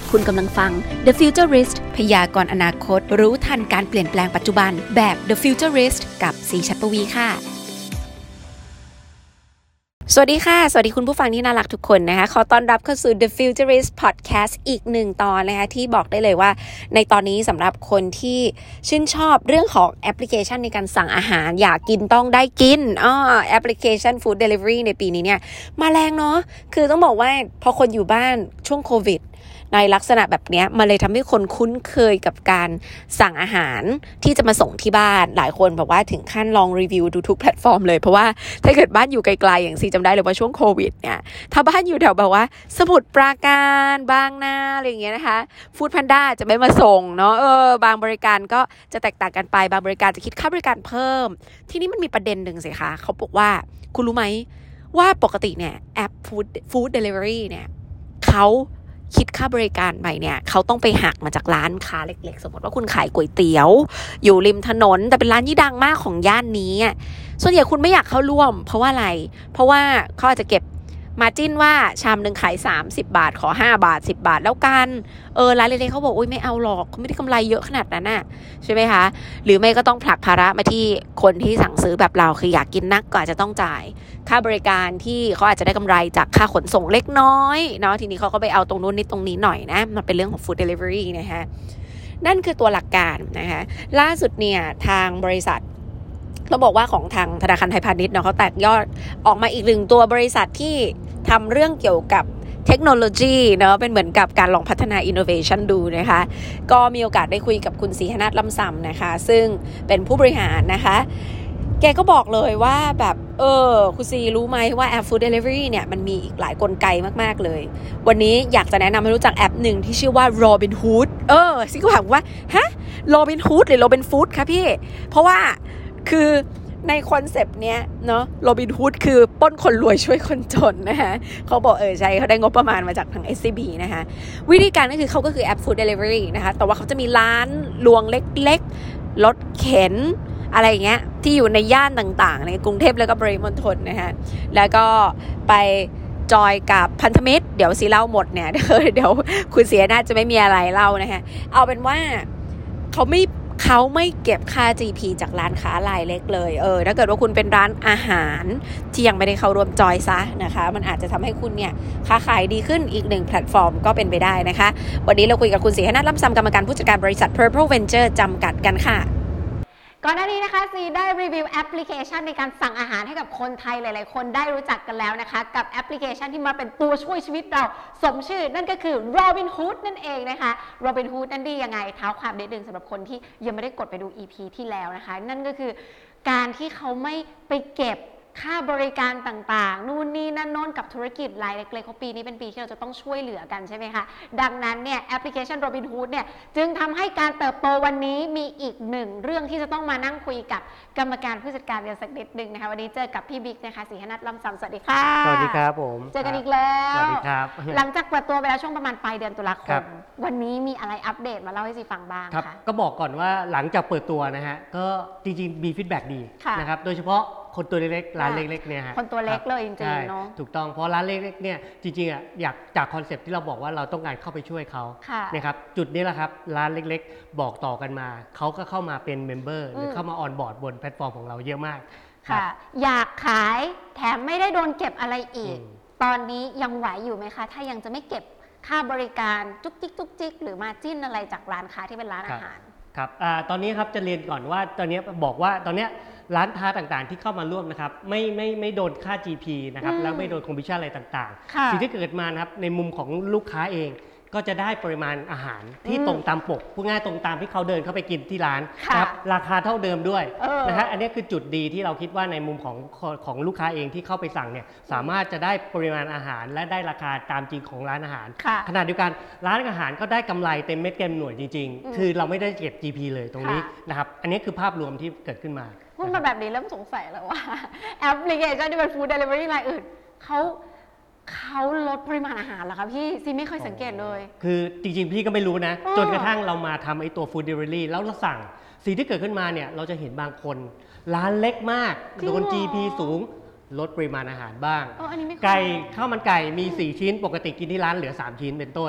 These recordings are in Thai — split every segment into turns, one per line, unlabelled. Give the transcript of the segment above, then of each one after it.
คุณกำลังฟัง The Futurist พยากรณ์อนาคตรู้ทันการเปลี่ยนแปลงปัจจุบันแบบ The Futurist กับศรีชัดปวีค่ะสวัสดีค่ะสวัสดีคุณผู้ฟังที่น่ารักทุกคนนะคะขอต้อนรับเข้าสู่ The Futurist Podcast อีกหนึ่งตอนนะคะที่บอกได้เลยว่าในตอนนี้สำหรับคนที่ชื่นชอบเรื่องของแอปพลิเคชันในการสั่งอาหารอยากกินต้องได้กินแอปพลิเคชัน Food Delivery ในปีนี้เนี่ยมาแรงเนาะคือต้องบอกว่าพอคนอยู่บ้านช่วงโควิดในลักษณะแบบนี้มันเลยทำให้คนคุ้นเคยกับการสั่งอาหารที่จะมาส่งที่บ้านหลายคนบอกว่าถึงขั้นลองรีวิวดูทุกแพลตฟอร์มเลยเพราะว่าถ้าเกิดบ้านอยู่ไกลๆอย่างซีจำได้เลยว่าช่วงโควิดเนี่ยถ้าบ้านอยู่แถวแบบว่าสมุทรปราการบางนาอะไรอย่างเงี้ยนะคะฟู้ดแพนด้าจะไม่มาส่งเนาะบางบริการก็จะแตกต่างกันไปบางบริการจะคิดค่าบริการเพิ่มทีนี้มันมีประเด็นหนึ่งสิคะเขาบอกว่าคุณรู้ไหมว่าปกติเนี่ยแอปฟู้ดเดลิเวอรี่เนี่ยเขาคิดค่าบริการใหม่เนี่ยเขาต้องไปหักมาจากร้านค้าเล็กๆสมมติว่าคุณขายก๋วยเตี๋ยวอยู่ริมถนนแต่เป็นร้านที่ดังมากของย่านนี้ส่วนใหญ่คุณไม่อยากเข้าร่วมเพราะว่าอะไรเพราะว่าเขาอาจจะเก็บมาร์จิ้นว่าชามนึงขาย30 บาทขอ5 บาท10 บาทแล้วกันร้านเล็กๆเขาบอกไม่เอาหรอกเขาไม่ได้กำไรเยอะขนาดนั้นน่ะใช่ไหมคะหรือไม่ก็ต้องผลักภาระมาที่คนที่สั่งซื้อแบบเราคืออยากกินนักก็อาจจะต้องจ่ายค่าบริการที่เขาอาจจะได้กำไรจากค่าขนส่งเล็กน้อยเนาะทีนี้เขาก็ไปเอาตรงนู้นนิดตรงนี้หน่อยนะมันเป็นเรื่องของ food delivery นะคะนั่นคือตัวหลักการนะคะล่าสุดเนี่ยทางบริษัทเราบอกว่าของทางธนาคารไทยพาณิชย์เนาะเขาแตกยอดออกมาอีกหนึ่งตัวบริษัทที่ทำเรื่องเกี่ยวกับเทคโนโลยีเนาะเป็นเหมือนกับการลองพัฒนา innovation ดูนะคะก็มีโอกาสได้คุยกับคุณศรีหนาฏ ล่ำซำนะคะซึ่งเป็นผู้บริหารนะคะแกก็บอกเลยว่าแบบคุณซีรู้ไหมว่าแอป Food Delivery เนี่ยมันมีอีกหลายกลไกมากๆเลยวันนี้อยากจะแนะนำให้รู้จักแอปหนึ่งที่ชื่อว่า Robinhood ซีก็ถามว่าฮะ Robinhood หรือ Robinfood คะพี่เพราะว่าคือในคอนเซปต์เนี้ยเนาะโรบินฮูดคือปล้นคนรวยช่วยคนจนนะคะเขาบอกใช่เขาได้งบประมาณมาจากทาง SCB นะคะวิธีการก็คือเขาก็คือแอป Food Delivery นะคะแต่ว่าเขาจะมีร้านรวงเล็กๆรถเข็นอะไรอย่างเงี้ยที่อยู่ในย่านต่างๆในกรุงเทพแล้วก็ปริมณฑลนะคะแล้วก็ไปจอยกับพันธมิตรเดี๋ยวซีเล่าหมดเนี่ยเดี๋ยวคุณเสียน่าจะไม่มีอะไรเล่านะคะเอาเป็นว่าเขาไม่เก็บค่า GP จากร้านค้ารายเล็กเลยถ้าเกิดว่าคุณเป็นร้านอาหารที่ยังไม่ได้เข้าร่วมจอยซะนะคะมันอาจจะทำให้คุณเนี่ยค้าขายดีขึ้นอีกหนึ่งแพลตฟอร์มก็เป็นไปได้นะคะวันนี้เราคุยกับคุณศรีหนาฏ ล่ำซำกรรมการผู้จัดการบริษัท Purple Venture จำกัดกันค่ะ
ก่อนหน้านี้นะคะซีได้รีวิวแอปพลิเคชันในการสั่งอาหารให้กับคนไทยหลายๆคนได้รู้จักกันแล้วนะคะกับแอปพลิเคชันที่มาเป็นตัวช่วยชีวิตเราสมชื่อนั่นก็คือ Robinhood นั่นเองนะคะ Robinhood นั่นดียังไงเท้าความนิดนึงสำหรับคนที่ยังไม่ได้กดไปดู EP ที่แล้วนะคะนั่นก็คือการที่เขาไม่ไปเก็บค่าบริการต่างๆนู่นนี่นั่นโน่นกับธุรกิจรายเล็กๆเขาปีนี้เป็นปีที่เราจะต้องช่วยเหลือกันใช่ไหมคะดังนั้นเนี่ยแอปพลิเคชัน Robinhood เนี่ยจึงทำให้การเติบโตวันนี้มีอีกหนึ่งเรื่องที่จะต้องมานั่งคุยกับกรรมการผู้จัดการเรียนสักนิดนึงนะคะวันนี้เจอกับพี่บิ๊กนะคะศรีหนาฏ ล่ำซำสวัสดีค่ะ
สวัสดีครับผม
เจอกันอีกแล้ว
สวัสดีครับ
หลังจากเปิดตัวไปแล้วช่วงประมาณปลายเดือนตุลาคมวันนี้มีอะไรอัปเดตมาเล่าให้ซีฟังบ้าง
คะก็บอกก่อนว่าหลังจากเปิดตัวนะฮะก็จริงๆมีฟีดแบ็กดีนะครับโดยเฉพาะคนตัวเล็กๆร้านเล็กๆเนี่ยฮะ
คนตัวเล็กเลยจริงๆเนาะ
ถูกต้องเพราะร้านเล็กๆเนี่ยจริงๆอยากจากคอนเซ็ปต์ที่เราบอกว่าเราต้องการเข้าไปช่วยเขานะครับจุดนี้แหละครับร้านเล็กๆบอกต่อกันมาเขาก็เข้ามาเป็นเมมเบอร์หรือเข้ามาออนบอร์ดบนแพลตฟอร์มของเราเยอะมาก
ค่ะอยากขายแถมไม่ได้โดนเก็บอะไรอีกตอนนี้ยังไหวอยู่ไหมคะถ้ายังจะไม่เก็บค่าบริการจุกจิกจุกจิกหรือมาจิ้นอะไรจากร้านค้าที่เป็นร้านอาหาร
ครับตอนนี้ครับจะเรียนก่อนว่าตอนนี้บอกว่าตอนนี้ร้านค้าต่างๆที่เข้ามาร่วมนะครับไม่โดนค่า GP นะครับแล้วไม่โดนคอมมิชชั่นอะไรต่างๆสิ่งที่เกิดมานะครับในมุมของลูกค้าเองก็จะได้ปริมาณอาหารที่ตรงตามปกพูดง่ายตรงตามที่เขาเดินเข้าไปกินที่ร้านครับราคาเท่าเดิมด้วยนะฮะอันนี้คือจุดดีที่เราคิดว่าในมุมของลูกค้าเองที่เข้าไปสั่งเนี่ยสามารถจะได้ปริมาณอาหารและได้ราคาตามจริงของร้านอาหารขณะเดียวกันร้านอาหารก็ได้กำไรเต็มเม็ดเต็มหน่วยจริงๆคือเราไม่ได้เก็บ GP เลยตรงนี้นะครับอันนี้คือภาพรวมที่เกิดขึ้นมา
พูดมาแบบนี้เริ่มสงสัยแล้วว่าแอปพลิเคชันที่เป็นฟู้ดเดลิเวอรี่รายอื่นเขาลดปริมาณอาหารเหรอคะพี่ซีไม่เคยสังเกตเลย
คือจริงๆพี่ก็ไม่รู้นะจนกระทั่งเรามาทำไอ้ตัวฟู้ดเดลิเวอรี่แล้วเราสั่งสิ่งที่เกิดขึ้นมาเนี่ยเราจะเห็นบางคนร้านเล็กมากโดน GP สูงลดปริมาณอาหารบ้างไก่ข้าวมันไก่มี4ชิ้นปกติกินที่ร้านเหลือ3ชิ้นเป็นต้น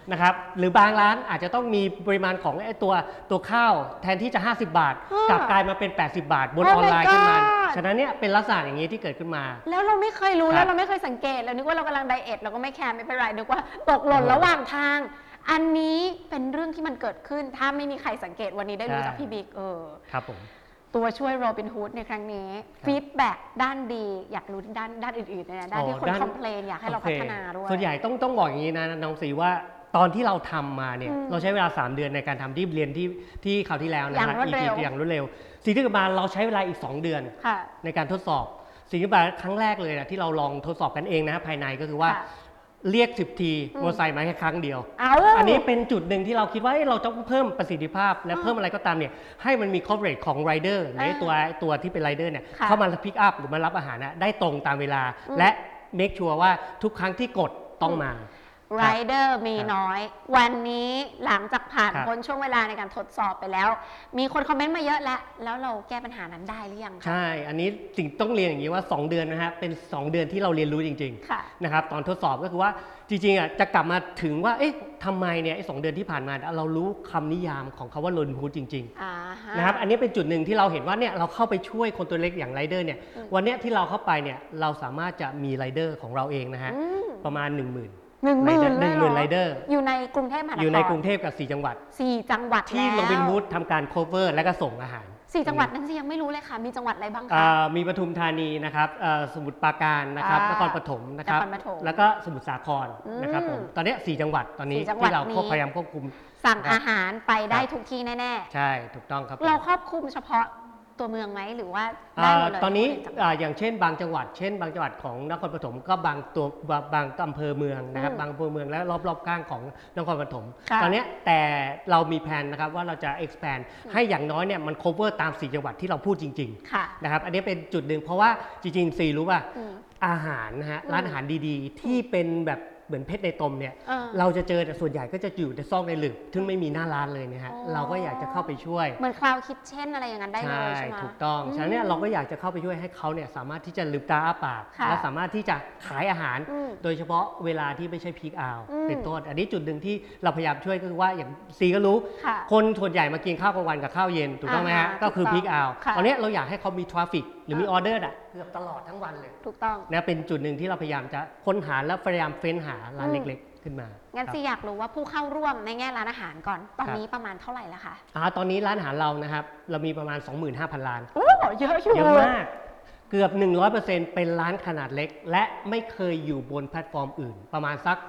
นะครับหรือบางร้านอาจจะต้องมีปริมาณของไอ้ตัวข้าวแทนที่จะ50 บาทกลับกลายมาเป็น80 บาทบนออนไลน์ขึ้นมาฉะนั้นเนี่ยเป็นลักษณะอย่างนี้ที่เกิดขึ้นมา
แล้วเราไม่เคยรู้แล้วเราไม่เคยสังเกตเรานึกว่าเรากำลังไดเอทเราก็ไม่แคร์ไม่เป็นไรนึกว่าตกหล่นระหว่างทางอันนี้เป็นเรื่องที่มันเกิดขึ้นถ้าไม่มีใครสังเกตวันนี้ได้รู้จากพี่บิ๊ก
ครับผม
ตัวช่วยโรบินฮูดในครั้งนี้ฟีดแบ็กด้านดีอยากรู้ด้านอื่นๆนะด้านที่คนคอมเพลนอยากให้เราพัฒนาด้วย
ส่วนใหญ่ต้องบอกอย่างนี้นะน้องสีว่าตอนที่เราทำมาเนี่ยเราใช้เวลา3 เดือนในการทำที่เรียนที่คราวที่แล้วนะครับอย่างรวดเร็วสิ่งที่เกิดมาเราใช้เวลาอีก2 เดือนในการทดสอบสิ่งที่เกิดครั้งแรกเลยนะที่เราลองทดสอบกันเองนะภายในก็คือว่าเรียก10 ทีมอเตอร์ไซค์มาแค่ครั้งเดียวอันนี้เป็นจุดหนึ่งที่เราคิดว่าเราต้องเพิ่มประสิทธิภาพและเพิ่มอะไรก็ตามเนี่ยให้มันมี coverage ของ rider ในตัวที่เป็น rider เนี่ยเข้ามา pick up หรือมารับอาหารได้ตรงตามเวลาและ make sure ว่าทุกครั้งที่กดต้องมา
ไรเดอร์มีน้อยวันนี้หลังจากผ่านพ้นช่วงเวลาในการทดสอบไปแล้วมีคนคอมเมนต์มาเยอะแล้วเราแก้ปัญหานั้นได้หรือยังคะ
ใช่อันนี้สิ่งต้องเรียนอย่างนี้ว่า2 เดือนนะฮะเป็น2 เดือนที่เราเรียนรู้จริงๆนะครับตอนทดสอบก็คือว่าจริงๆจะกลับมาถึงว่าเอ๊ะทำไมเนี่ยไอ้2 เดือนที่ผ่านมาเรารู้คำนิยามของคำว่าโรบินฮูดจริงๆนะครับอันนี้เป็นจุดหนึ่งที่เราเห็นว่าเนี่ยเราเข้าไปช่วยคนตัวเล็กอย่างไรเดอร์เนี่ยวันนี้ที่เราเข้าไปเนี่ยเราสามารถจะมีไรเดอร์ของเราเองนะฮะประมาณ10,000ไรเดอร์
อยู่ในกรุงเทพมหานคร
อยู่ในกรุงเทพกับ4 จังหวัด
ที่
โรบินฮูดทำการโคเวอร์และก็ส่งอาหาร
4 จังหวัดนั้นยังไม่รู้เลยค่ะมีจังหวัดอะไรบ้างคะ
มีปทุมธานีนะครับสมุทรปราการนะครับนครปฐมนะครับแล้วก็สมุทรสาครนะครับผมตอนนี้4 จังหวัดตอนนี้ที่เราพยายามควบคุม
สั่งอาหารไปได้ทุกที่แน่
ๆใช่ถูกต้องครับ
เราครอบคลุมเฉพาะตัวเมืองไหมหรือว่าได้หมดเลย
ตอนนี้อย่างเช่นบางจังหวัดของนครปฐมก็บางอำเภอเมืองนะครับบางอำเภอเมืองและรอบๆข้างของนครปฐมตอนนี้แต่เรามีแผนนะครับว่าเราจะ expand ให้อย่างน้อยเนี่ยมัน cover ตาม4 จังหวัดที่เราพูดจริงๆนะครับอันนี้เป็นจุดหนึ่งเพราะว่าจริงๆซีรู้ป่ะอาหารนะฮะร้านอาหารดีๆที่เป็นแบบเหมือนเพชรในตมเนี่ยเราจะเจอแต่ส่วนใหญ่ก็จะอยู่ในซอกในหลืบซึ่งไม่มีหน้าร้านเลยนะฮะเราก็อยากจะเข้าไปช่วย
เหมือนคลาวคิทเช่นอะไรอย่างนั้นได้เลยใช่ไหม
ถูกต้องฉะนั้นเนี่ยเราก็อยากจะเข้าไปช่วยให้เขาเนี่ยสามารถที่จะลืมตาอ้าปากและสามารถที่จะขายอาหารโดยเฉพาะเวลาที่ไม่ใช่พีคเอาท์เป็นต้นอันนี้จุดหนึ่งที่เราพยายามช่วยก็คือว่าอย่างซีก็รู้คนส่วนใหญ่มากินข้าวกลางวันกับข้าวเย็นถูกต้องไหมฮะก็คือพีคเอาท์ตอนนี้เราอยากให้เขามีทราฟฟิกหรือมีออเดอร์เกือบตลอดทั้งวันเลย
ถูกต้อง
นะเป็นจุดหนึ่งที่เราพยายามจะค้นหาและพยายามเฟ้นหาร้านเล็กๆขึ้นมา
งั้นซีอยากรู้ว่าผู้เข้าร่วมในแง่ร้านอาหารก่อนตอนนี้ประมาณเท่าไหร่แล้วคะ
ตอนนี้ร้านอาหารเรานะครับเรามีประมาณ 25,000 ร้าน
โอ้เยอะอยู่
เยอะมากเกือบ 100% เป็นร้านขนาดเล็กและไม่เคยอยู่บนแพลตฟอร์มอื่นประมาณสัก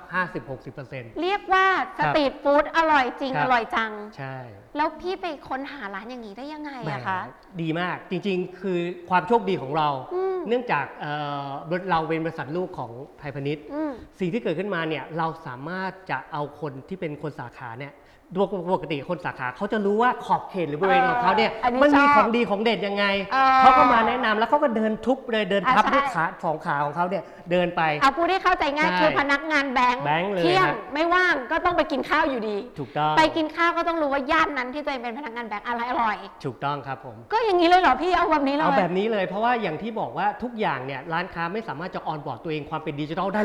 50-60%
เรียกว่าสตรีทฟู้ดอร่อยจริงอร่อยจัง
ใช่
แล้วพี่ไปค้นหาร้านอย่างนี้ได้ยังไงอะคะ
ดีมากจริงๆคือความโชคดีของเราเนื่องจากเราเป็นบริษัทลูกของไทยพาณิชย์สิ่งที่เกิดขึ้นมาเนี่ยเราสามารถจะเอาคนที่เป็นคนสาขาเนี่ยปกติคนสาขาเขาจะรู้ว่าขอบเขตหรือบริเวณของเขาเนี่ยมันมีของดีของเด็ดยังไงเขาก็มาแนะนำแล้วเขาก็เดินทุบเลยเดินทับด้วยขา2 ขาของเขาเนี่ยเดินไป
เอาพูดให้เข้าใจง่ายคือพนักงานแบงค์เที่ยงไม่ว่างก็ต้องไปกินข้าวอยู่ดี
ถูกต้อง
ไปกินข้าวก็ต้องรู้ว่าย่านนั้นที่ตัวเองเป็นพนักงานแบงค์อะไรอร่อย
ถูกต้องครับผม
ก็อย่างนี้เลยเหรอพี่เอาแบบนี้เลย
เอาแบบนี้เลยเพราะว่าอย่างที่บอกว่าทุกอย่างเนี่ยร้านค้าไม่สามารถจะออนบอร์ดตัวเองความเป็นดิจิทัลได้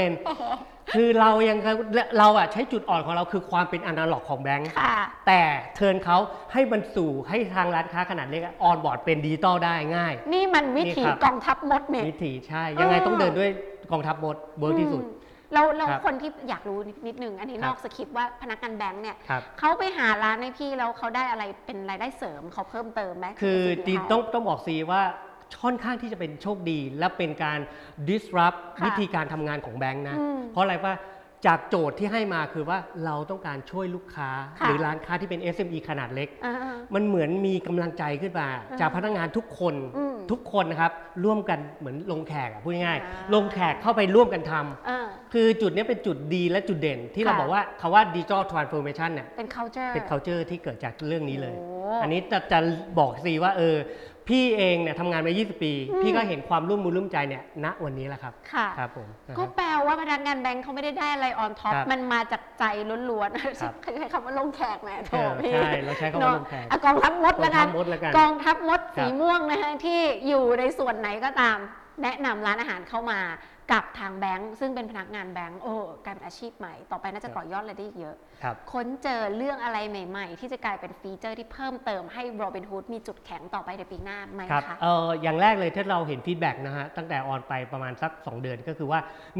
100%คือเราใช้จุดอ่อนของเราคือความเป็นอนาล็อกของแบงค์แต่เทิร์นเขาให้บรรสู่ให้ทางร้านค้าขนาดเล็กออนบอร์ดเป็นดิจิตอลได้ง่าย
นี่มันวิถีกองทัพมดเนี่ย
วิถีใช่ยังไงต้องเดินด้วยกองทัพมดเวิร์กที่สุด
แล้วคนที่อยากรู้นิดนึงอันนี้นอกสคริปต์ว่าพนักงานแบงค์เนี่ยเขาไปหาร้านให้พี่แล้วเขาได้อะไรเป็นรายได้เสริมเขาเพิ่มเติมไหม
คือต้องบอกซีว่าค่อนข้างที่จะเป็นโชคดีและเป็นการ disrupt วิธีการทำงานของแบงค์นะเพราะอะไรว่าจากโจทย์ที่ให้มาคือว่าเราต้องการช่วยลูกค้าหรือร้านค้าที่เป็น SME ขนาดเล็กมันเหมือนมีกำลังใจขึ้นมาจากพนักงานทุกคนนะครับร่วมกันเหมือนลงแขกพูดง่ายๆลงแขกเข้าไปร่วมกันทำคือจุดนี้เป็นจุดดีและจุดเด่นที่เราบอกว่าคำว่า Digital Transformation เนี่ย
เป็น
culture ที่เกิดจากเรื่องนี้เลยอันนี้จะบอกสิว่าพี่เองเนี่ยทำงานมา20 ปีพี่ก็เห็นความร่วมมือร่วมใจเนี่ยณวันนี้แหละครับ
ค่ะ
ครับผม
ก็แปลว่าพนักงานแบงค์เขาไม่ได้อะไรออนท็อปมันมาจากใจล้วนๆใช้คำว่าลงแขกแหมโถพี่
ใช่เราใช้คำว่าลงแขก
กองทัพมดแล้วกันกองทัพมดสีม่วงนะฮะที่อยู่ในส่วนไหนก็ตามแนะนำร้านอาหารเข้ามากับทางแบงค์ซึ่งเป็นพนักงานแบงค์กลายเป็นอาชีพใหม่ต่อไปน่าจะต่อยอดอะไรได้อีกเยอะค้นเจอเรื่องอะไรใหม่ๆที่จะกลายเป็นฟีเจอร์ที่เพิ่มเติมให้ Robinhood มีจุดแข็งต่อไปในปีหน้าไหมคะ
อย่างแรกเลยที่เราเห็นฟีดแบ็กนะฮะตั้งแต่ออนไปประมาณสัก2 เดือนก็คือว่า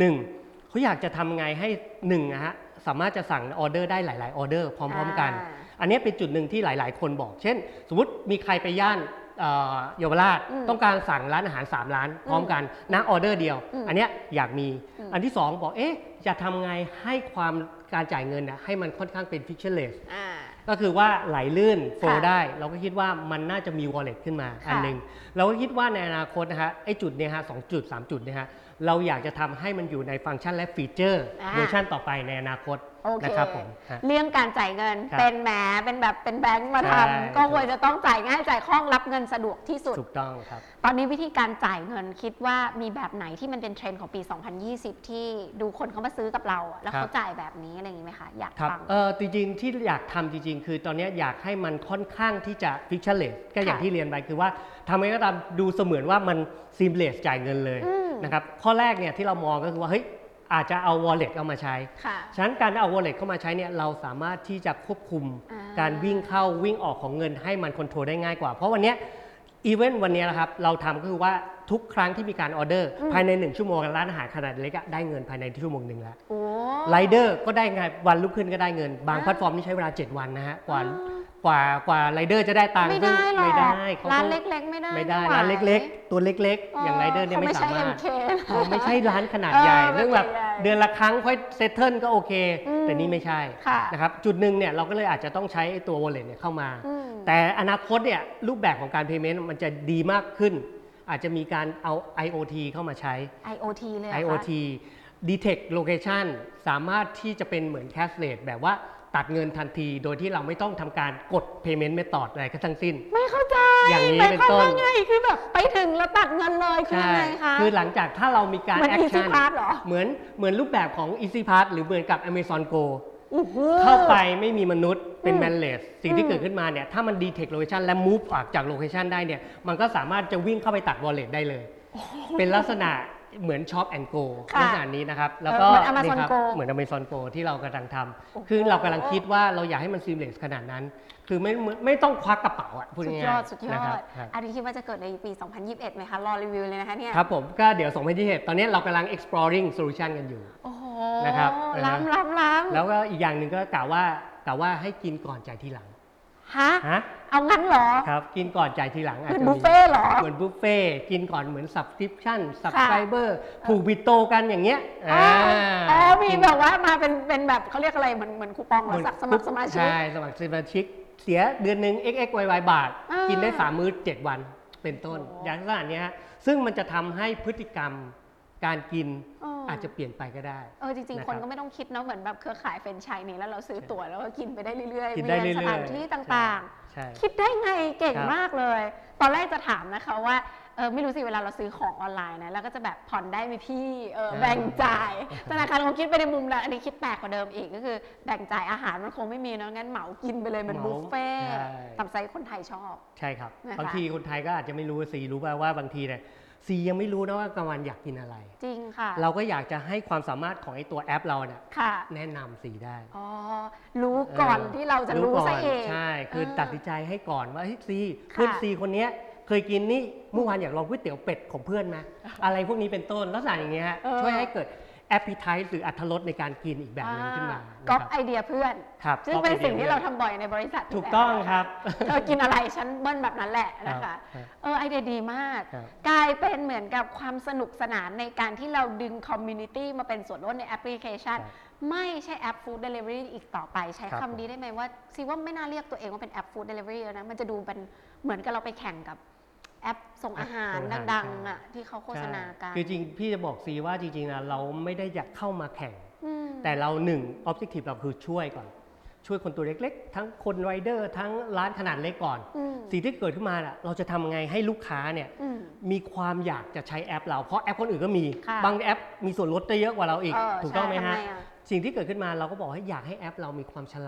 1เขาอยากจะทำไงให้นะฮะสามารถจะสั่งออเดอร์ได้หลายๆออเดอร์พร้อมๆกันอันนี้เป็นจุดหนึ่งที่หลายๆคนบอกเช่นสมมติมีใครไปย่านเยาวราชต้องการสั่งร้านอาหาร3 ร้านพร้อมกันนะออเดอร์เดียวอันนี้อยากมีอันที่2บอกจะทำไงให้ความการจ่ายเงินให้มันค่อนข้างเป็น frictionless ก็คือว่าไหลลื่นโฟลได้เราก็คิดว่ามันน่าจะมี wallet ขึ้นมาอันนึงเราก็คิดว่าในอนาคตนะฮะไอ้จุดเนี่ยฮะ2 จุด 3 จุดเนี่ยฮะเราอยากจะทำให้มันอยู่ในฟังก์ชันและฟีเจอร์เวอร์ชันต่อไปในอนาคตนะครับผม
เรื่องการจ่ายเงินเป็นเป็นแบบเป็นแบงค์มาทำก็ควรจะต้องจ่ายง่ายจ่ายคล่องรับเงินสะดวกที่สุด
ถูกต้องครับ
ตอนนี้วิธีการจ่ายเงินคิดว่ามีแบบไหนที่มันเป็นเทรนด์ของปี 2020 ที่ดูคนเขามาซื้อกับเราแล้วเขาจ่ายแบบนี้อะไรอย่างนี้ไหมคะอยากฟัง
จริงๆที่อยากทำจริงๆคือตอนนี้อยากให้มันค่อนข้างที่จะ frictionless ก็อย่างที่เรียนไปคือว่าทำให้ก็ตามดูเสมือนว่ามัน seamless จ่ายเงินเลยนะครับข้อแรกเนี่ยที่เรามองก็คือว่าอาจจะเอา wallet เอามาใช้ฉะนั้นการเอา wallet เข้ามาใช้เนี่ยเราสามารถที่จะควบคุมการวิ่งเข้าวิ่งออกของเงินให้มันคอนโทรลได้ง่ายกว่าเพราะวันนี้อีเวนต์วันนี้นะครับเราทำก็คือว่าทุกครั้งที่มีการออเดอร์ภายใน1 ชั่วโมงร้านอาหารขนาดเล็กได้เงินภายในชั่วโมง 1แล้วไรเดอร์ก็ได้ไงวันรุ่งขึ้นก็ได้เงินบางแพลตฟอร์มนี่ใช้เวลา7 วันนะฮะกว่าไรเดอร์จะได้ตังค์
ไม่ได้ร้านเล็กๆไม่ได้
ร้านเล็กๆตัวเล็กๆอย่างไรเดอร์เนี่ยไม่สามารถไม่ใช่ร้านขนาดใหญ่เรื่องแบบเดือนละครั้งค่อยเซตเทิลก็โอเคแต่นี่ไม่ใช่นะครับจุดหนึ่งเนี่ยเราก็เลยอาจจะต้องใช้ตัว wallet เนี่ยเข้ามาแต่อนาคตเนี่ยรูปแบบของการ payment มันจะดีมากขึ้นอาจจะมีการเอา IoT เข้ามาใช้
IoT เลย
IoT detect location สามารถที่จะเป็นเหมือน cashless แบบว่าตัดเงินทันทีโดยที่เราไม่ต้องทำการกด payment method อะไรทั้งสิ้น
ไม่เข้าใจ
อย่างนี้เป็นต้น
ไงคือแบบไปถึงแล้วตัดเงินเลยคือยังไงคะ
คือหลังจากถ้าเรามีการ action เหมือนรูปแบบของ Easy Pass หรือเหมือนกับ Amazon Go เข้าไปไม่มีมนุษย์เป็น manless สิ่งที่เกิดขึ้นมาเนี่ยถ้ามัน detect location และ move ออกจาก location ได้เนี่ยมันก็สามารถจะวิ่งเข้าไปตัด wallet ได้เลยเป็นลักษณะเหมือน Shop and Go ลักษณะนี้นะครับแล้วก็เหมือน Amazon Go ที่เรากำลังทำคือเรากำลังคิดว่าเราอยากให้มัน seamless ขนาดนั้นคือไม่ต้องควักกระเป๋าพูดง่าย
ๆสุดยอดอันนี้คิดว่าจะเกิดในปี 2021 ไหมคะรอรีวิวเลยนะคะเนี่ย
ครับผมก็เดี๋ยว2021ตอนนี้เรากำลัง exploring solution กันอยู่นะครับ
ล้ำ
แล้วก็อีกอย่างหนึ่งก็กล่าวว่าให้กินก่อนจ่ายทีหลัง
ฮะเอางั้นเหรอ
ครับกินก่อนจ่ายทีหลัง
อาจจะเหมือนบุฟเฟ่เหรอ
เหมือนบุฟเฟ่กินก่อนเหมือน subscription subscriber ผูกบิโตกันอย่างเงี้ย
มีแบบว่ามาเป็นแบบเขาเรียกอะไรเหมือนคูปองหรือสมัครสมาชิก
ใช่สมัครสมาชิกเสียเดือนหนึ่ง xxyy บาทกินได้3 มื้อ7 วันเป็นต้นอย่างลักษณะนี้ฮะซึ่งมันจะทำให้พฤติกรรมการกินอาจจะเปลี่ยนไปก็ได้
จริงๆคนก็ไม่ต้องคิดเนาะเหมือนแบบเครือข่ายแฟรนไชส์นี้แล้วเราซื้อตั๋วแล้วก็กินไปได้เรื่อย
ๆมี
สถานที่ต่างๆคิดได้ไงเก่งมากเลยตอนแรกจะถามนะคะว่าไม่รู้สิเวลาเราซื้อของออนไลน์นะแล้วก็จะแบบผ่อนได้ไหมพี่แบ่งจ่ายธนาคารคงคิดไปในมุมแล้วอันนี้คิดแปลกกว่าเดิมอีกก็คือแบ่งจ่ายอาหารมันคงไม่มีเนาะงั้นเหมากินไปเลยมันบุฟเฟ่ตามใจคนไทยชอบ
ใช่ครับบางทีคนไทยก็อาจจะไม่รู้ซีรู้ป่ะว่าบางทีเนี่ยซียังไม่รู้นะว่ากลางวันอยากกินอะไร
จริงค่ะ
เราก็อยากจะให้ความสามารถของไอ้ตัวแอปเราเนี่ยแนะนำซีได้
รู้ก่อนที่เราจะรู้ซะเอง
ใช่คือตัดสินใจให้ก่อนว่าซีเพื่อนซีคนนี้เคยกินนี่เมื่อวานอยากลองก๋วยเตี๋ยวเป็ดของเพื่อนไหมอะไรพวกนี้เป็นต้นลักษณะอย่างเงี้ยช่วยให้เกิดappetite หรืออรรถรสในการกินอีกแบบนึงขึ้นมา
ก๊อปไอเดียเพื่อนซึ่งเป็นสิ่งที่เราทำบ่อยในบริษัท
ถูกต้องครับ
เธอกินอะไรฉันเบิ้ลแบบนั้นแหละนะคะไอเดียดีมากกลายเป็นเหมือนกับความสนุกสนานในการที่เราดึงคอมมูนิตี้มาเป็นส่วนร่วมในแอปพลิเคชันไม่ใช่แอปฟู้ดเดลิเวอรี่อีกต่อไปใช้คำนี้ได้ไหมว่าซีว่าไม่น่าเรียกตัวเองว่าเป็นแอปฟู้ดเดลิเวอรี่แล้วนะมันจะดูเป็นเหมือนกับเราไปแข่งกับแอปส่งอาหารดังๆอ่ะที่เขาโฆษณากัน
คือจริงพี่จะบอกซีว่าจริงๆนะเราไม่ได้อยากเข้ามาแข่งแต่เราobjective เราคือช่วยก่อนช่วยคนตัวเล็กๆทั้งคนไรเดอร์ทั้งร้านขนาดเล็กก่อนสิ่งที่เกิดขึ้นมาเราจะทำไงให้ลูกค้าเนี่ยมีความอยากจะใช้แอปเราเพราะแอปคนอื่นก็มีบางแอปมีส่วนลดได้เยอะกว่าเราอีกถูกต้องไหมฮะสิ่งที่เกิดขึ้นมาเราก็บอกให้อยากให้แอปเรามีความฉลาด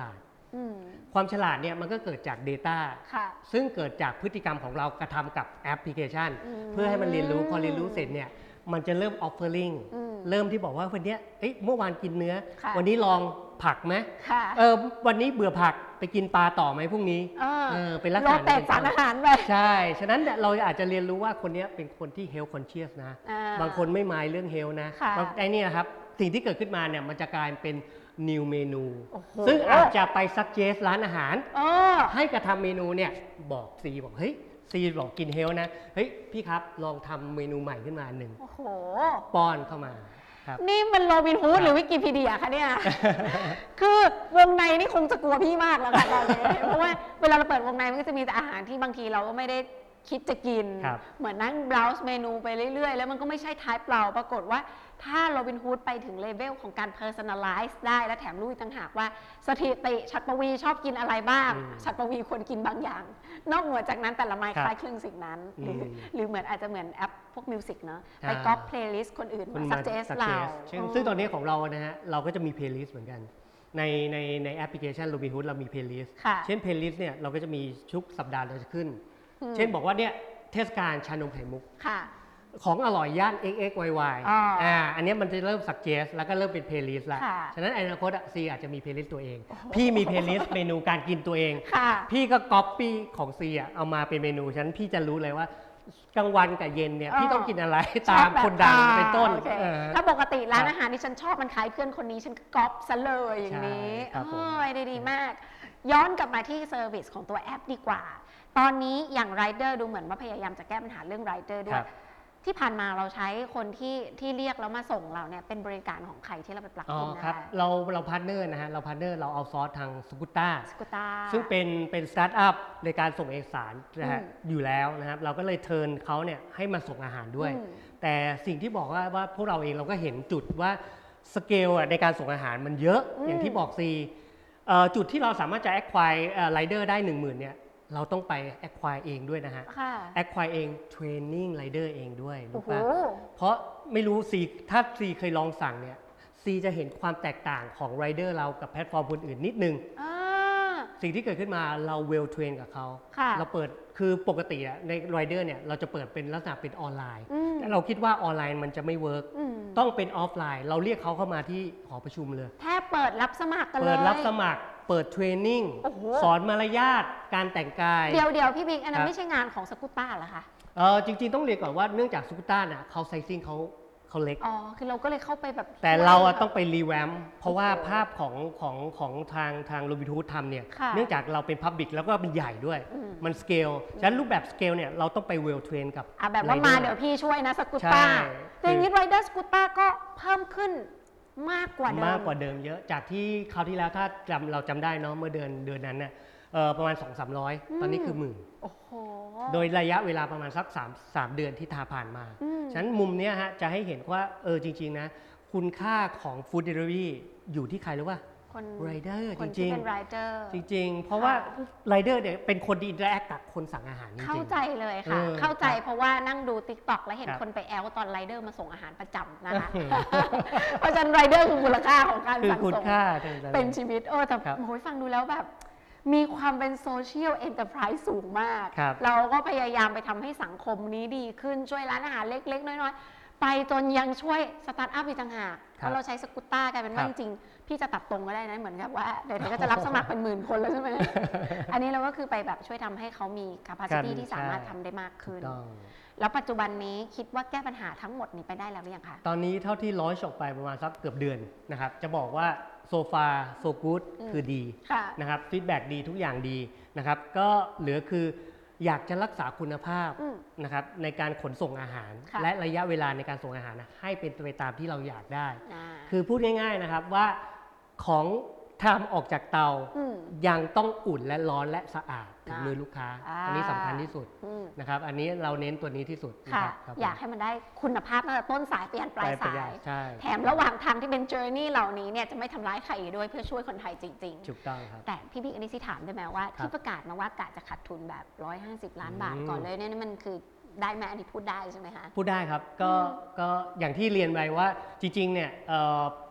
ความฉลาดเนี่ยมันก็เกิดจาก Data ซึ่งเกิดจากพฤติกรรมของเรากระทำกับแอปพลิเคชันเพื่อให้มันเรียนรู้พอเรียนรู้เสร็จเนี่ยมันจะเริ่ม offering เริ่มที่บอกว่าวันนี้เมื่อวานกินเนื้อวันนี้ลองผักไหมวันนี้เบื่อผักไปกินปลาต่อไหมพรุ่งนี้เป็นลักษณะ
แต่สารอาหารไป
ใช่ฉะนั้นเราอาจจะเรียนรู้ว่าคนนี้เป็นคนที่ health conscious นะบางคนไม่มายเรื่อง health นะไอ้นี่นะครับสิ่งที่เกิดขึ้นมาเนี่ยมันจะกลายเป็น new เมนูซึ่งอาจจะไป suggest ร้านอาหารให้กระทำเมนูเนี่ยบอกซีบอกเฮ้ยซีบอกกินเฮลนะเฮ้ยพี่ครับลองทำเมนูใหม่ขึ้นมาหนึ่งป้อนเข้ามาครับ
นี่มันโรบินฮูดหรือวิกิพีเดียคะเนี่ยคือวงในนี่คงจะกลัวพี่มากแล้วค่ะตอนนี้เพราะว่าเวลาเราเปิดวงในมันก็จะมีแต่อาหารที่บางทีเราก็ไม่ได้คิดจะกินเหมือนนั่ง browse เมนูไปเรื่อยๆแล้วมันก็ไม่ใช่ type เราปรากฏว่าถ้าโรบินฮูดไปถึงเลเวลของการ personalize ได้และแถมรู้ต่างหากว่าสถิติฉัตรปวีชอบกินอะไรบ้างฉัตรปวีควรกินบางอย่างนอกเหนือจากนั้นแต่ละไมค์คล้ายคลึงสิ่งนั้นหรือเหมือนอาจจะเหมือนแอปพวกมิวสิกเนาะไปก๊อปเพลย์ลิสต์คนอื่นมา suggest เรา
ซึ่งตอนนี้ของเรานะฮะเราก็จะมีเพลย์ลิสต์เหมือนกันในแอปพลิเคชัน Robinhood เรามีเพลย์ลิสต์เช่นเพลย์ลิสต์เนี่ยเราก็จะมีทุกสัปดาห์เราจะขึ้นเช่นบอกว่าเนี่ยเทศกาลชานมไข่มุกของอร่อยย่าน XXYY อันนี้มันจะเริ่ม suggest แล้วก็เริ่มเป็น playlist แล้วฉะนั้นอนาคตซีอาจจะมี playlist ตัวเองพี่มี playlist เมนูการกินตัวเองพี่ก็ copy ของซีเอามาเป็นเมนูฉะนั้นพี่จะรู้เลยว่ากลางวันกับเย็นเนี่ยพี่ต้องกินอะไรตามคนดังเป็นต้น
ถ้าปกติร้านอาหารที่ฉันชอบมันคล้ายเพื่อนคนนี้ฉันก็ก๊อปซะเลยอย่างนี้ดีมากย้อนกลับมาที่เซอร์วิสของตัวแอปดีกว่าตอนนี้อย่าง Rider ดูเหมือนว่าพยายามจะแก้ปัญหาเรื่อง Rider ด้วยที่ผ่านมาเราใช้คนที่เรียกแล้วมาส่งเราเนี่ยเป็นบริการของใครที่เราไปปลักอินได้
เราพาร์ทเนอร์นะฮะเราพาร์ทเนอร์เราเอาซอร์สทางสกูต้าซึ่งเป็นสตาร์ทอัพในการส่งเอกสารนะฮะอยู่แล้วนะครับเราก็เลยเทิร์นเขาเนี่ยให้มาส่งอาหารด้วยแต่สิ่งที่บอกว่าพวกเราเองเราก็เห็นจุดว่าสเกลในการส่งอาหารมันเยอะอย่างที่บอกซีจุดที่เราสามารถจะ acquire rider ได้ 10,000 เนี่ยเราต้องไป acquire เองด้วยนะฮะ acquire เอง training rider เองด้วยรู้ป่ะเพราะไม่รู้ซีถ้าซีเคยลองสั่งเนี่ยซีจะเห็นความแตกต่างของ rider เรากับแพลตฟอร์มคนอื่นนิดนึงสิ่งที่เกิดขึ้นมาเรา well train กับเขาเราเปิดคือปกติใน rider เนี่ยเราจะเปิดเป็นลักษณะเป็นออนไลน์แต่เราคิดว่าออนไลน์มันจะไม่เวิร์กต้องเป็นออฟไลน์เราเรียกเขาเข้ามาที่หอประชุมเลย
แทบเปิดรับสมัครกันเลย
เปิดรับสมัครเปิดเทรนนิ่งสอนมารยาทการแต่งกาย
เดี๋ยวพี่บิ๊กอันนั้นไม่ใช่งานของสกูต้าเหรอคะ
จริงๆต้องเรียนก่อนว่าเนื่องจากสกูต้าน่ะเขาไซซิ่งเขาเล็ก
คือเราก็เลยเข้าไปแบบ
แต่เราต้องไปรีแวมเพราะว่าภาพของทางโรบินฮูดทำเนี่ยเนื่องจากเราเป็นพับบิกแล้วก็เป็นใหญ่ด้วยมันสเกลฉะนั้นรูปแบบสเกลเนี่ยเราต้องไปเวลเทรนกับ
แบบว่ามาเดี๋ยวพี่ช่วยนะสกูต้าแต่อย่างนี้ไรเดอร์สกูต้าก็เพิ่มขึ้นมากกว่า
เดิมเยอะจากที่คราวที่แล้วถ้าเราจำได้เนาะเมื่อเดือนนั้นเนี่ยประมาณ 200-300 ตอนนี้คือ10,000โดยระยะเวลาประมาณสัก3เดือนที่ผ่านมาฉะนั้นมุมนี้ฮะจะให้เห็นว่าจริงๆนะคุณค่าของ Food Delivery อยู่ที่ใครรู้ป่ะไรเดอร์จริงๆจริงๆเพราะว่าไรเดอร์เนี่ยเป็นคนที่อินเตอร์แอคกับคนสั่งอาหารจริงๆ
เข้าใจเลยค่ะเข้าใจเพราะว่านั่งดู TikTok แล้วเห็นคนไปแอลตอนไรเดอร์มาส่งอาหารประจำนะคะเพราะฉะนั้นไรเดอร์คือมูลค่าของการสั่งส่งเป็นชีวิตแต่โหยฟังดูแล้วแบบมีความเป็นโซเชียลเอ็นเตอร์ไพรส์สูงมากเราก็พยายามไปทำให้สังคมนี้ดีขึ้นช่วยร้านอาหารเล็กๆน้อยๆไปจนยังช่วยสตาร์ทอัพอีกต่างหากเพราะเราใช้สกูต้ากลายเป็นว่าจริงๆพี่จะตัดตรงก็ได้นะเหมือนกับว่าเดี๋ยวก็จะรับสมัครเป็น10,000 คนแล้วใช่ไหมอันนี้เราก็คือไปแบบช่วยทำให้เขามี capacity ที่สามารถทำได้มากขึ้นแล้วปัจจุบันนี้คิดว่าแก้ปัญหาทั้งหมดนี้ไปได้แล้วหรือยังคะ
ตอนนี้เท่าที่100ออกไปประมาณสักเกือบเดือนนะครับจะบอกว่าโซฟาโซกู๊ดคือดีนะครับฟีดแบ็กดีทุกอย่างดีนะครับก็เหลือคืออยากจะรักษาคุณภาพนะครับในการขนส่งอาหารและระยะเวลาในการส่งอาหารให้เป็นไปตามที่เราอยากได้คือพูดง่ายๆนะครับว่าของทำออกจากเตายังต้องอุ่นและร้อนและสะอาดถึงมือลูกค้าอันนี้สำคัญที่สุดนะครับอันนี้เราเน้นตัวนี้ที่สุด
นะครับอยากให้มันได้คุณภาพตั้งแต่ต้นสายไปยันปลายสายแถมระหว่างทางที่เป็นเจอร์นี่เหล่านี้เนี่ยจะไม่ทำร้ายใครด้วยเพื่อช่วยคนไทยจริง
ๆถูกต้องครับ
แต่พี่บิ๊กอันนี้สิถามได้ไหมว่าที่ประกาศมาว่ากะจะขาดทุนแบบ150 ล้านบาทก่อนเลยเนี่ยมันคือได้ไหมอันนี้พูดได้ใช่ไหมคะ
พูดได้ครับก็อย่างที่เรียนไปว่าจริงๆเนี่ย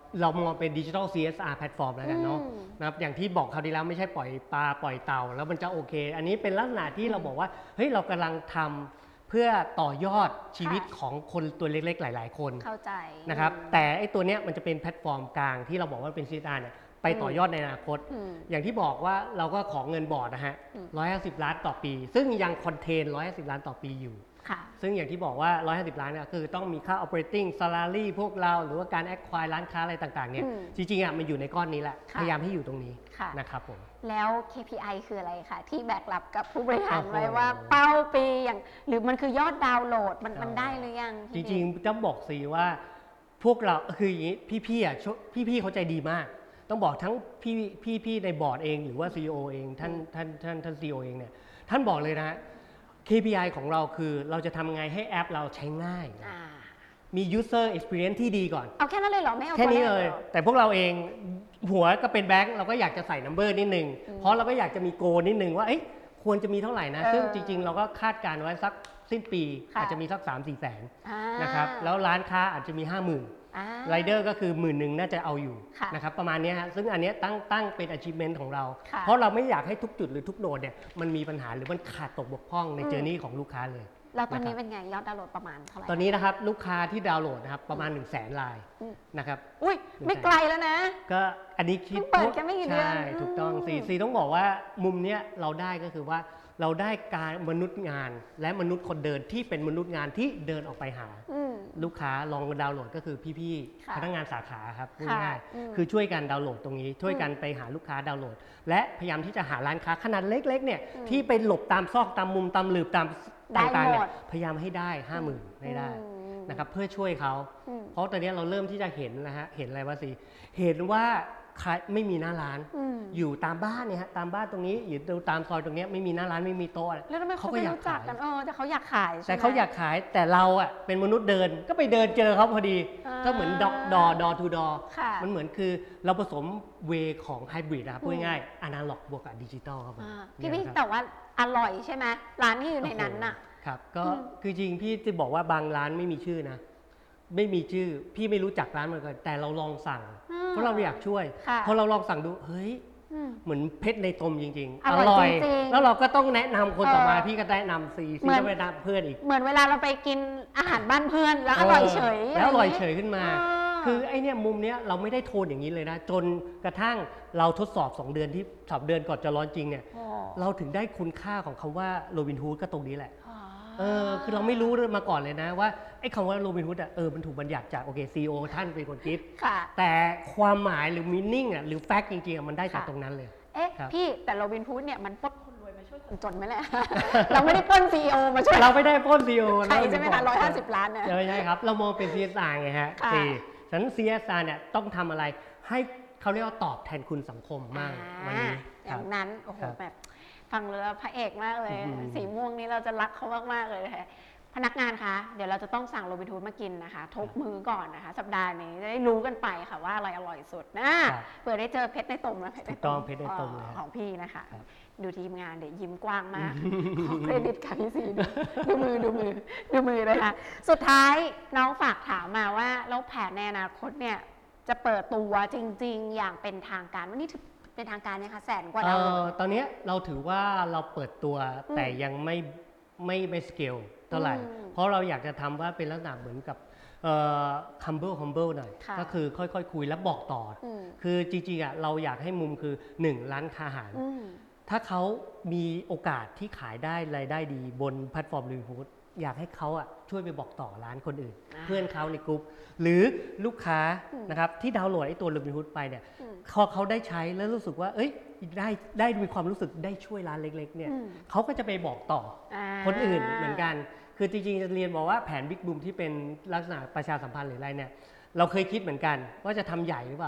เรามองเป็นดิจิทัล CSR แพลตฟอร์มแล้วกันเนาะนะครับอย่างที่บอกคราวที่แล้วไม่ใช่ปล่อยปลาปล่อยเต่าแล้วมันจะโอเคอันนี้เป็นลักษณะที่เราบอกว่าเฮ้ยเรากำลังทำเพื่อต่อยอดชีวิตของคนตัวเล็กๆหลายๆคน
เข้าใจ
นะครับแต่ไอ้ตัวเนี้ยมันจะเป็นแพลตฟอร์มกลางที่เราบอกว่าเป็น CSR เนี่ยไปต่อยอดในอนาคตอย่างที่บอกว่าเราก็ของเงินบอร์ดนะฮะ150 ล้านต่อปีซึ่งยังคอนเทน150 ล้านต่อปีอยู่ซึ่งอย่างที่บอกว่า150 ล้านเนี่ยคือต้องมีค่า operating salary พวกเราหรือว่าการ acquire ร้านค้าอะไรต่างๆเนี่ยจริงๆอ่ะมันอยู่ในก้อนนี้แหละพยายามให้อยู่ตรงนี้นะครับผม
แล้ว KPI คืออะไรคะที่แบกรับกับผู้บริหารไว้ว่าเป้าปีอย่างหรือมันคือยอดดาวน์โหลดมันได้หรือยัง
จริงๆจะบอกสิว่าพวกเราคืออย่างนี้พี่ๆอ่ะพี่ๆเขาใจดีมากต้องบอกทั้งพี่ในบอร์ดเองหรือว่า CEO เองท่าน CEO เองเนี่ยท่านบอกเลยนะ KPI ของเราคือเราจะทำไงให้แอปเราใช้ง่ายมี user experience ที่ดีก่อน
เอาแค่นั้นเลยเหรอไม่เอา
แค่นี้เลยแต่พวกเราเองหัวก็เป็นแบงค์เราก็อยากจะใส่ number นิดนึงเพราะเราก็อยากจะมีโกนิดนึงว่าควรจะมีเท่าไหร่นะซึ่งจริงๆเราก็คาดการไว้สักสิ้นปีอาจจะมีสัก 3-4 แสนนะครับแล้วร้านค้าอาจจะมี 50,000ไรเดอร์ก็คือ10,000น่าจะเอาอยู่นะครับประมาณนี้ฮะซึ่งอันนี้ตั้งเป็น achievement ของเราเพราะเราไม่อยากให้ทุกจุดหรือทุกโนดเนี่ยมันมีปัญหาหรือมันขาดตกบกพร่องในเจอร์นี่ของลูกค้าเลย
แล้วตอนนี้เป็นไงยอดดาวน์โหลดประมาณเท่าไหร่
ตอนนี้นะครับลูกค้าที่ดาวน์โหลดนะครับประมาณ 100,000 รายนะครับ
อุ้ยไม่ไกลแล้วนะ
ก็อันนี้คิด
เปิดแค่ไม่กี่เดือน
ใช่ถูกต้องซีต้องบอกว่ามุมเนี้ยเราได้ก็คือว่าเราได้การมนุษย์งานและมนุษย์คนเดินที่เป็นมนุษย์งานที่เดินออกไปหาลูกค้าลองดาวน์โหลดก็คือพี่ๆพนักงานสาขาครับพูดง่ายคือช่วยกันดาวน์โหลดตรงนี้ช่วยกันไปหาลูกค้าดาวน์โหลดและพยายามที่จะหาร้านค้าขนาดเล็กๆเนี่ยที่ไปหลบตามซอกตามมุมตามหลืบตามต่างๆเนี่ยพยายามให้ได้ 50,000 ให้ได้นะครับเพื่อช่วยเขาเพราะตอนนี้เราเริ่มที่จะเห็นนะฮะเห็นอะไรวะสิเห็นว่าใครไม่มีหน้าร้านอยู่ตามบ้านเนี่ยฮะตามบ้านตรงนี้อยู่ตามซอยตรงนี้ไม่มีหน้าร้านไม่มีโต๊ะ
แล้วทำไมเขาไม่รู้จักกันแต่เขาอยากขาย
แต่เขาอยากขายแต่เราอ่ะเป็นมนุษย์เดินก็ไปเดินเจอเขาพอดีก็เหมือนดอทูดอมันเหมือนคือเราผสมเวของไฮบริดนะครับพูดง่ายๆอนาล็อกบวกกับดิจิตอลครับ
พี่แต่ว่าอร่อยใช่ไหมร้านที่อยู่ในนั้นน่ะ
ครับก็คือจริงพี่จะบอกว่าบางร้านไม่มีชื่อนะไม่มีชื่อพี่ไม่รู้จักร้านมันก่อนแต่เราลองสั่งเพราะเราอยากช่วยพอเราลองสั่งดูเฮ้ยเหมือนเพชรในตมจริงๆอร่อยแล้วเราก็ต้องแนะนำคนต่อมาพี่ก็แนะนำซีก็ไปแนะนำเพื่อนอีก
เหมือนเวลาเราไปกินอาหารบ้านเพื่อนแล้วอร่อยเฉย
แล้วอร่อยเฉยขึ้นมาคือไอเนี่ยมุมเนี้ยเราไม่ได้โทนอย่างนี้เลยนะจนกระทั่งเราทดสอบ2 เดือนที่3 เดือนก่อนจะร้อนจริงเนี่ยเราถึงได้คุณค่าของคำว่าโรบินฮูดก็ตรงนี้แหละคือเราไม่รู้มาก่อนเลยนะว่าไอ้คำว่าโรบินฮูดมันถูกบัญญัติจากโอเคซีโอท่านเป็นคนคิดแต่ความหมายหรือมีนิ่งหรือแฟกต์จริงๆมันได้จากตรงนั้นเลย
พี่แต่โรบินฮูดเนี่ยมันปล้นคนรวยมาช่วยคนจนไหมแหละเราไม่ได้ปล้นซีโอมาช่วย
เราไม่ได้ปล้นซีโอ
ใช่ใช่ไหมคะ150 ล้านเนี่ย
ใช่ครับเรามองเป็น CSR ไงฮะฉะนั้น CSR เนี่ยต้องทำอะไรให้เขาเรียกว่าตอบแทนคุณสังคมมากวันนี้
อย่างนั้นโอ้โหแบบฟังเลยพระเอกมากเลยสีม่วงนี้เราจะรักเขามากๆเลยค่ะพนักงานคะเดี๋ยวเราจะต้องสั่งโรบินฮูดมากินนะคะทุกมื้อก่อนนะคะสัปดาห์นี้จะได้รู้กันไปค่ะว่าอะไรอร่อยสุดนะเผื่อได้เจอเพชรในตมนะ
เพชรในตม
ของพี่นะคะดูทีมงานเดี๋ยวยิ้มกว้างมากขอเครดิตค่ะพี่ซีดูมือเลยค่ะสุดท้ายน้องฝากถามมาว่าแล้วแผนในอนาคตเนี่ยจะเปิดตัวจริงๆอย่างเป็นทางการวันนี้เป็นทางการเนี่ยค่ะ100,000 กว่าดาวน์โหลด
ตอนนี้เราถือว่าเราเปิดตัวแต่ยังไม่สเกลเท่าไหร่เพราะเราอยากจะทำว่าเป็นลักษณะเหมือนกับhumble หน่อยก็คือค่อยๆคุยแล้วบอกต่อคือจริงๆเราอยากให้มุมคือ1ร้านค้าอาหารถ้าเขามีโอกาสที่ขายได้รายได้ดีบนแพลตฟอร์มรีวิวอยากให้เขาช่วยไปบอกต่อร้านคนอื่นเพื่อนเขาในกลุ่มหรือลูกค้านะครับที่ดาวน์โหลดไอ้ตัวรีวิวไปเนี่ยเขาได้ใช้แล้วรู้สึกว่าได้มีความรู้สึกได้ช่วยร้านเล็กๆเนี่ยเขาก็จะไปบอกต่อคนอื่นเหมือนกันคือจริงๆจะเรียนบอกว่าแผนบิ๊กบูมที่เป็นลักษณะประชาสัมพันธ์หรืออะไรเนี่ยเราเคยคิดเหมือนกันว่าจะทำใหญ่หรือเปล่าแต่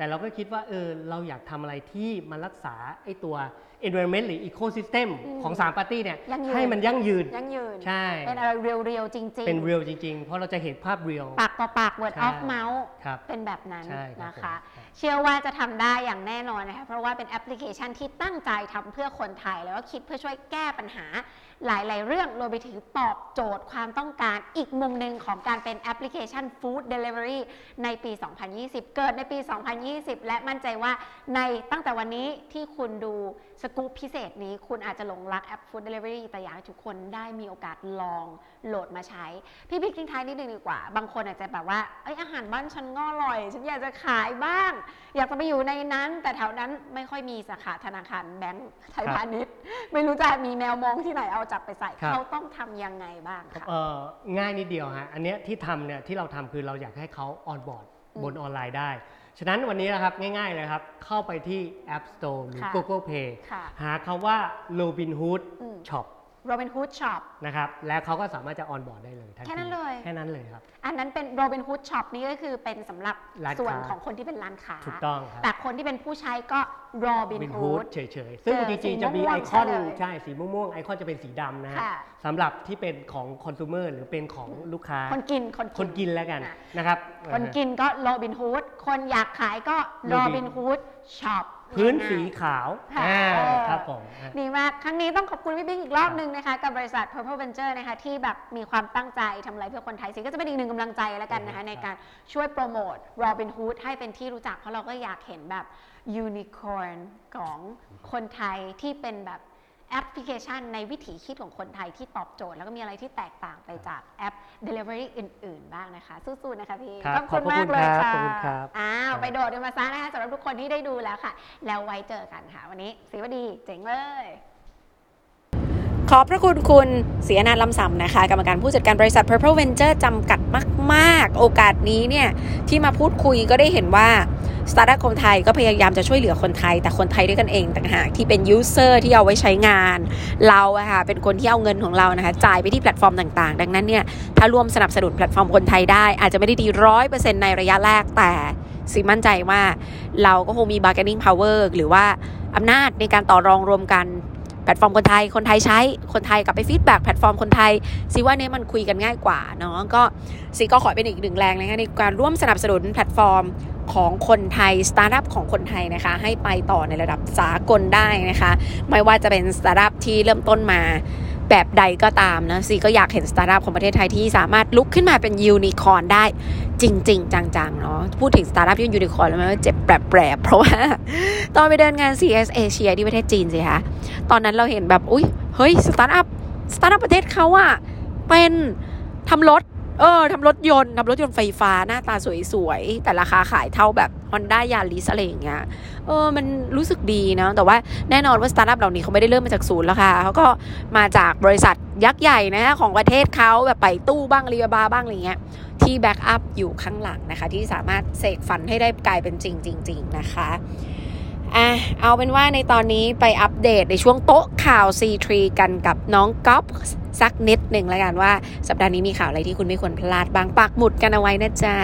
แต่เราก็คิดว่าเราอยากทำอะไรที่มันรักษาไอ้ตัว environment หรือ ecosystem ของ3ปาร์ตี้เนี่ยให้มันยั่งยืนใช่
เป็นอะไรเรียวๆจริงๆ
เป็น real จริงๆเพราะเราจะเห็นภาพ real
ปากต่อปาก word of mouth เป็นแบบนั้นนะคะเชื่อว่าจะทำได้อย่างแน่นอนนะคะเพราะว่าเป็นแอปพลิเคชันที่ตั้งใจทำเพื่อคนไทยแล้วก็คิดเพื่อช่วยแก้ปัญหาหลายๆเรื่องรวมไปถึงตอบโจทย์ความต้องการอีกมุมหนึ่งของการเป็นแอปพลิเคชัน Food Delivery ในปี 2020 เกิดในปี 2020 และมั่นใจว่าในตั้งแต่วันนี้ที่คุณดูสกู๊ปพิเศษนี้คุณอาจจะหลงรักแอป Food Delivery แต่อยากให้ทุกคนได้มีโอกาสลองโหลดมาใช้พี่บิ๊กทิ้งท้ายนิดนึงดีกว่าบางคนอาจจะแบบว่าอาหารบ้านฉันก็อร่อยฉันอยากจะขายบ้างอยากจะไปอยู่ในนั้นแต่แถวนั้นไม่ค่อยมีสาขาธนาคารแบงก์ไทยพาณิชย์ไม่รู้จะมีแมวมองที่ไหนเอาจับไปใส่เขาต้องทำยังไงบ้างคะ
ง่ายนิดเดียวฮะอันนี้ที่ทำเนี่ยที่เราทำคือเราอยากให้เขาออนบอร์ดบนออนไลน์ได้ฉะนั้นวันนี้นะครับง่ายๆเลยครับเข้าไปที่ App Store หรือ Google Play หาคำว่า Robinhood Shop
Robinhood Shop
นะครับแล้วเขาก็สามารถจะออนบอร์ดได้เลย
แค่นั้นเลย
แค่นั้นเลยครับ
อันนั้นเป็น Robinhood Shop นี่ก็คือเป็นสำหรับส่วนของคนที่เป็นร้านค้า
ถูกต้องครับ
แต่คนที่เป็นผู้ใช้ก็ Robinhood
เฉยๆซึ่งจริงๆจะมีไอคอนใช่สีม่วงๆไอคอนจะเป็นสีดำนะฮะสำหรับที่เป็นของคอน sumer หรือเป็นของลูกค้า
คนกิน
แล้วกันนะครับ
คนกินก็ Robinhood คนอยากขายก็ Robinhood Shop
พื้นสีขาวครับผม
ดีมากครั้งนี้ต้องขอบคุณพี่บิ๊กอีกรอบนึงนะคะกับบริษัท Purple Venture นะคะที่แบบมีความตั้งใจทำอะไรเพื่อคนไทยสิก็จะเป็นอีกหนึ่งกำลังใจแล้วกันนะคะในการช่วยโปรโมท Robinhood ให้เป็นที่รู้จักเพราะเราก็อยากเห็นแบบยูนิคอร์นของคนไทยที่เป็นแบบแอปพลิเคชันในวิถีคิดของคนไทยที่ตอบโจทย์แล้วก็มีอะไรที่แตกต่างไปจากแอป Delivery อื่นๆบ้างนะคะสู้ๆนะคะพี่
ขอบคุณมากเลยค่ะ
ไปโดดกันมาซะนะคะสำหรับทุกคนที่ได้ดูแล้วค่ะแล้วไว้เจอกันค่ะวันนี้ศรีวดีเจ๋งเลย
ขอบพระคุณคุณศรีอนันท์ ลำสำนะคะกรรมการผู้จัดการบริษัท Purple Venture จำกัดมากๆโอกาสนี้เนี่ยที่มาพูดคุยก็ได้เห็นว่าสตาร์ทอัพคนไทยก็พยายามจะช่วยเหลือคนไทยแต่คนไทยด้วยกันเองต่างหากที่เป็นยูเซอร์ที่เอาไว้ใช้งานเราอะค่ะเป็นคนที่เอาเงินของเรานะคะจ่ายไปที่แพลตฟอร์มต่างๆดังนั้นเนี่ยถ้าร่วมสนับสนุนแพลตฟอร์มคนไทยได้อาจจะไม่ได้ดี 100% ในระยะแรกแต่สิมั่นใจว่าเราก็คงมี bargaining power หรือว่าอำนาจในการต่อรองรวมกันแพลตฟอร์มคนไทยใช้คนไทยกลับไปฟีดแบ็กแพลตฟอร์มคนไทยสิว่าเนี่ยมันคุยกันง่ายกว่าเนาะก็สิก็ขอเป็นอีกหนึ่งแรงนะคะในการร่วมสนับสนุนแพลตฟอร์มของคนไทยสตาร์ทอัพของคนไทยนะคะให้ไปต่อในระดับสากลได้นะคะไม่ว่าจะเป็นสตาร์ทอัพที่เริ่มต้นมาแบบใดก็ตามนะสิก็อยากเห็นสตาร์ทอัพของประเทศไทยที่สามารถลุกขึ้นมาเป็นยูนิคอร์นได้จริงๆจังๆเนาะพูดถึงสตาร์ทอัพที่เป็นยูนิคอร์นแล้วมันเจ็บแปรๆเพราะว่าตอนไปเดินงาน CES Asia ที่ประเทศจีนสิคะตอนนั้นเราเห็นแบบเฮ้ยสตาร์ทอัพประเทศเขาอะเป็นทำรถยนต์ไฟฟ้าหน้าตาสวยๆแต่ราคาขายเท่าแบบ Honda Yaris อะไรอย่างเงี้ยมันรู้สึกดีนะแต่ว่าแน่นอนว่าสตาร์ทอัพเหล่านี้เขาไม่ได้เริ่มมาจากศูนย์แล้วค่ะเขาก็มาจากบริษัทยักษ์ใหญ่นะของประเทศเขาแบบไปตู้บ้างAlibabaบ้างอะไรเงี้ยที่แบ็กอัพอยู่ข้างหลังนะคะที่สามารถเสกฝันให้ได้กลายเป็นจริงๆนะคะเอาเป็นว่าในตอนนี้ไปอัปเดตในช่วงโต๊ะข่าว C3 กันกับน้องก๊อฟสักนิดหนึ่งแล้วกันว่าสัปดาห์นี้มีข่าวอะไรที่คุณไม่ควรพลาดบ้างปักหมุดกันเอาไว้นะจ๊ะ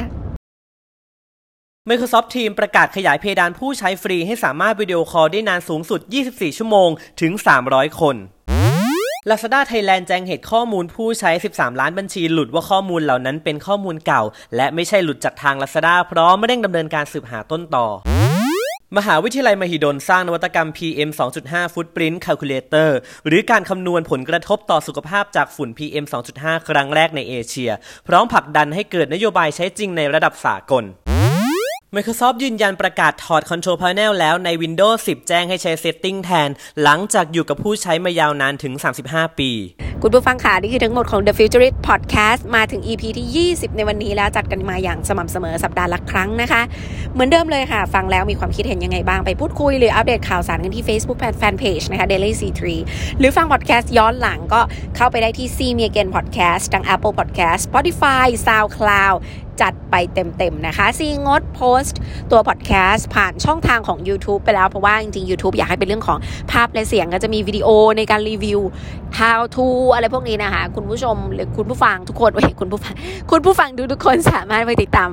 Microsoft Teams ประกาศขยายเพดานผู้ใช้ฟรีให้สามารถวิดีโอคอลได้นานสูงสุด24ชั่วโมงถึง300คนLazada Thailand แจ้งเหตุข้อมูลผู้ใช้13ล้านบัญชีหลุดว่าข้อมูลเหล่านั้นเป็นข้อมูลเก่าและไม่ใช่หลุดจากทาง Lazada เพราะไม่เร่งดำเนินการสืบหาต้นต่อมหาวิทยาลัยมหิดลสร้างนวัตกรรม PM 2.5 Footprint Calculator หรือการคำนวณผลกระทบต่อสุขภาพจากฝุ่น PM 2.5 ครั้งแรกในเอเชียพร้อมผลักดันให้เกิดนโยบายใช้จริงในระดับสากลMicrosoft ยืนยันประกาศถอด Control Panel แล้วใน Windows 10 แจ้งให้ใช้ Setting แทนหลังจากอยู่กับผู้ใช้มายาวนานถึง35ปี
คุณผู้ฟังค่ะนี่คือทั้งหมดของ The Futurist Podcast มาถึง EP ที่20ในวันนี้แล้วจัดกันมาอย่างสม่ำเสมอสัปดาห์ละครั้งนะคะเหมือนเดิมเลยค่ะฟังแล้วมีความคิดเห็นยังไงบ้างไปพูดคุยหรืออัปเดตข่าวสารกันที่ Facebook Fanpage นะคะ Daily C3 หรือฟัง podcast ย้อนหลังก็เข้าไปได้ที่ See Me Again Podcast ทาง Apple Podcast Spotify SoundCloudจัดไปเต็มๆนะคะซีงดโพสต์ตัวพอดแคสต์ผ่านช่องทางของ YouTube ไปแล้วเพราะว่าจริงๆ YouTube อยากให้เป็นเรื่องของภาพและเสียงก็จะมีวิดีโอในการรีวิว how to อะไรพวกนี้นะคะคุณผู้ชมหรือคุณผู้ฟังทุกคนคุณผู้ฟังทุกคนสามารถไปติดตาม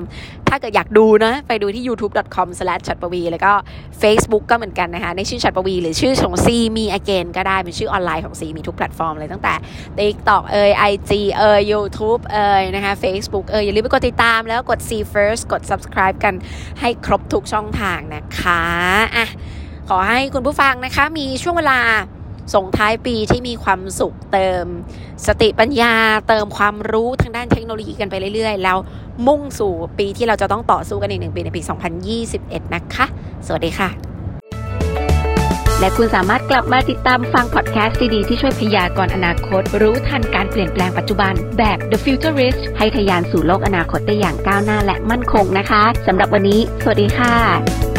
ถ้าเกิดอยากดูนะไปดูที่ youtube.com/chatpavi แล้วก็ Facebook ก็เหมือนกันนะคะในชื่อ chatpavi หรือชื่อของ See Me Again ก็ได้เป็นชื่อออนไลน์ของ See มีทุกแพลตฟอร์มเลยตั้งแต่ TikTok IG YouTubeนะคะ Facebookอย่าลืมไปกดติดตามแล้วกด See First กด Subscribe กันให้ครบทุกช่องทางนะคะอ่ะขอให้คุณผู้ฟังนะคะมีช่วงเวลาส่งท้ายปีที่มีความสุขเติมสติปัญญาเติมความรู้ทางด้านเทคโนโลยีกันไปเรื่อยๆแล้วมุ่งสู่ปีที่เราจะต้องต่อสู้กันอีก1 ปีในปี 2021 นะคะสวัสดีค่ะ
และคุณสามารถกลับมาติดตามฟังพอดแคสต์ดีๆที่ช่วยพยากรณ์อนาคตรู้ทันการเปลี่ยนแปลงปัจจุบันแบบ The Futurist ให้ทะยานสู่โลกอนาคตได้อย่างก้าวหน้าและมั่นคงนะคะสำหรับวันนี้สวัสดีค่ะ